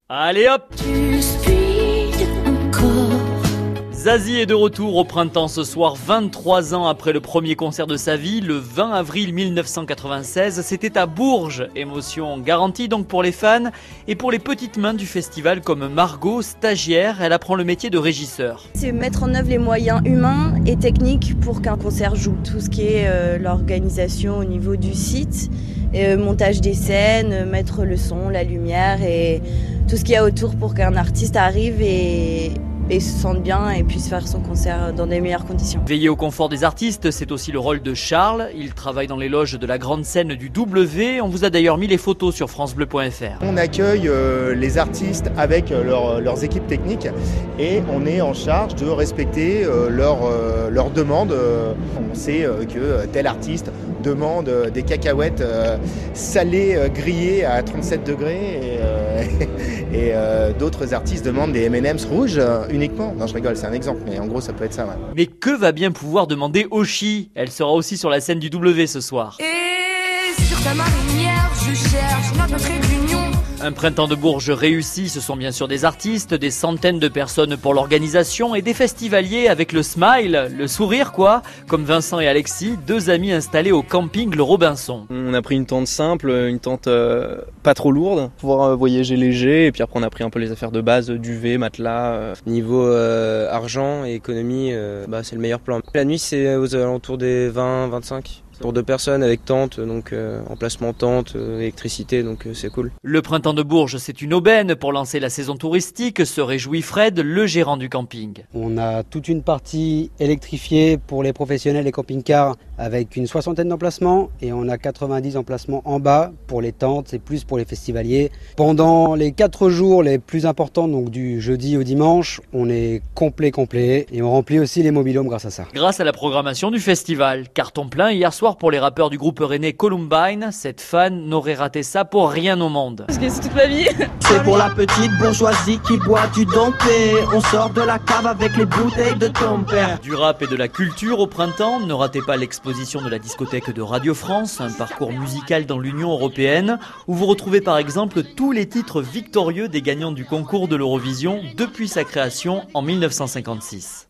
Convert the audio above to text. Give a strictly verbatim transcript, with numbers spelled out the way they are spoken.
Allez hop! Zazie est de retour au printemps ce soir, vingt-trois ans après le premier concert de sa vie, le vingt avril mille neuf cent quatre-vingt-seize. C'était à Bourges, émotion garantie donc pour les fans et pour les petites mains du festival comme Margot, stagiaire, elle apprend le métier de régisseur. C'est mettre en œuvre les moyens humains et techniques pour qu'un concert joue. Tout ce qui est euh, l'organisation au niveau du site, euh, montage des scènes, euh, mettre le son, la lumière et tout ce qu'il y a autour pour qu'un artiste arrive et... et se sente bien et puisse faire son concert dans des meilleures conditions. Veiller au confort des artistes, c'est aussi le rôle de Charles. Il travaille dans les loges de la grande scène du W. On vous a d'ailleurs mis les photos sur francebleu point f r. On accueille euh, les artistes avec euh, leur, leurs équipes techniques et on est en charge de respecter euh, leurs euh, leur demandes. Euh, on sait euh, que tel artiste demande euh, des cacahuètes euh, salées euh, grillées à trente-sept degrés et, euh, et euh, d'autres artistes demandent des M and M's rouges euh, uniquement. Non, je rigole, c'est un exemple, mais en gros ça peut être ça. Ouais. Mais que va bien pouvoir demander Oshi? Elle sera aussi sur la scène du W ce soir. Et sur ta marinière, je cherche notre trait d'union. Un printemps de Bourges réussi, ce sont bien sûr des artistes, des centaines de personnes pour l'organisation et des festivaliers avec le smile, le sourire quoi, comme Vincent et Alexis, deux amis installés au camping Le Robinson. On a pris une tente simple, une tente euh, pas trop lourde, pour pouvoir euh, voyager léger, et puis après on a pris un peu les affaires de base, duvet, matelas. Euh, niveau euh, argent et économie, euh, bah, c'est le meilleur plan. La nuit c'est aux alentours des vingt à vingt-cinq. Pour deux personnes avec tente, donc euh, emplacement tente, euh, électricité, donc euh, c'est cool. Le printemps de Bourges, c'est une aubaine pour lancer la saison touristique, se réjouit Fred, le gérant du camping. On a toute une partie électrifiée pour les professionnels et camping-cars avec une soixantaine d'emplacements et on a quatre-vingt-dix emplacements en bas pour les tentes, c'est plus pour les festivaliers. Pendant les quatre jours les plus importants, donc du jeudi au dimanche, on est complet complet et on remplit aussi les mobil-homes grâce à ça. Grâce à la programmation du festival, carton plein hier soir pour les rappeurs du groupe rennais Columbine, cette fan n'aurait raté ça pour rien au monde. Parce que c'est toute ma vie. C'est pour la petite bourgeoisie qui boit du dompé. On sort de la cave avec les bouteilles de ton père. Du rap et de la culture au printemps, ne ratez pas l'exposition de la discothèque de Radio France, un parcours musical dans l'Union européenne, où vous retrouvez par exemple tous les titres victorieux des gagnants du concours de l'Eurovision depuis sa création en mille neuf cent cinquante-six.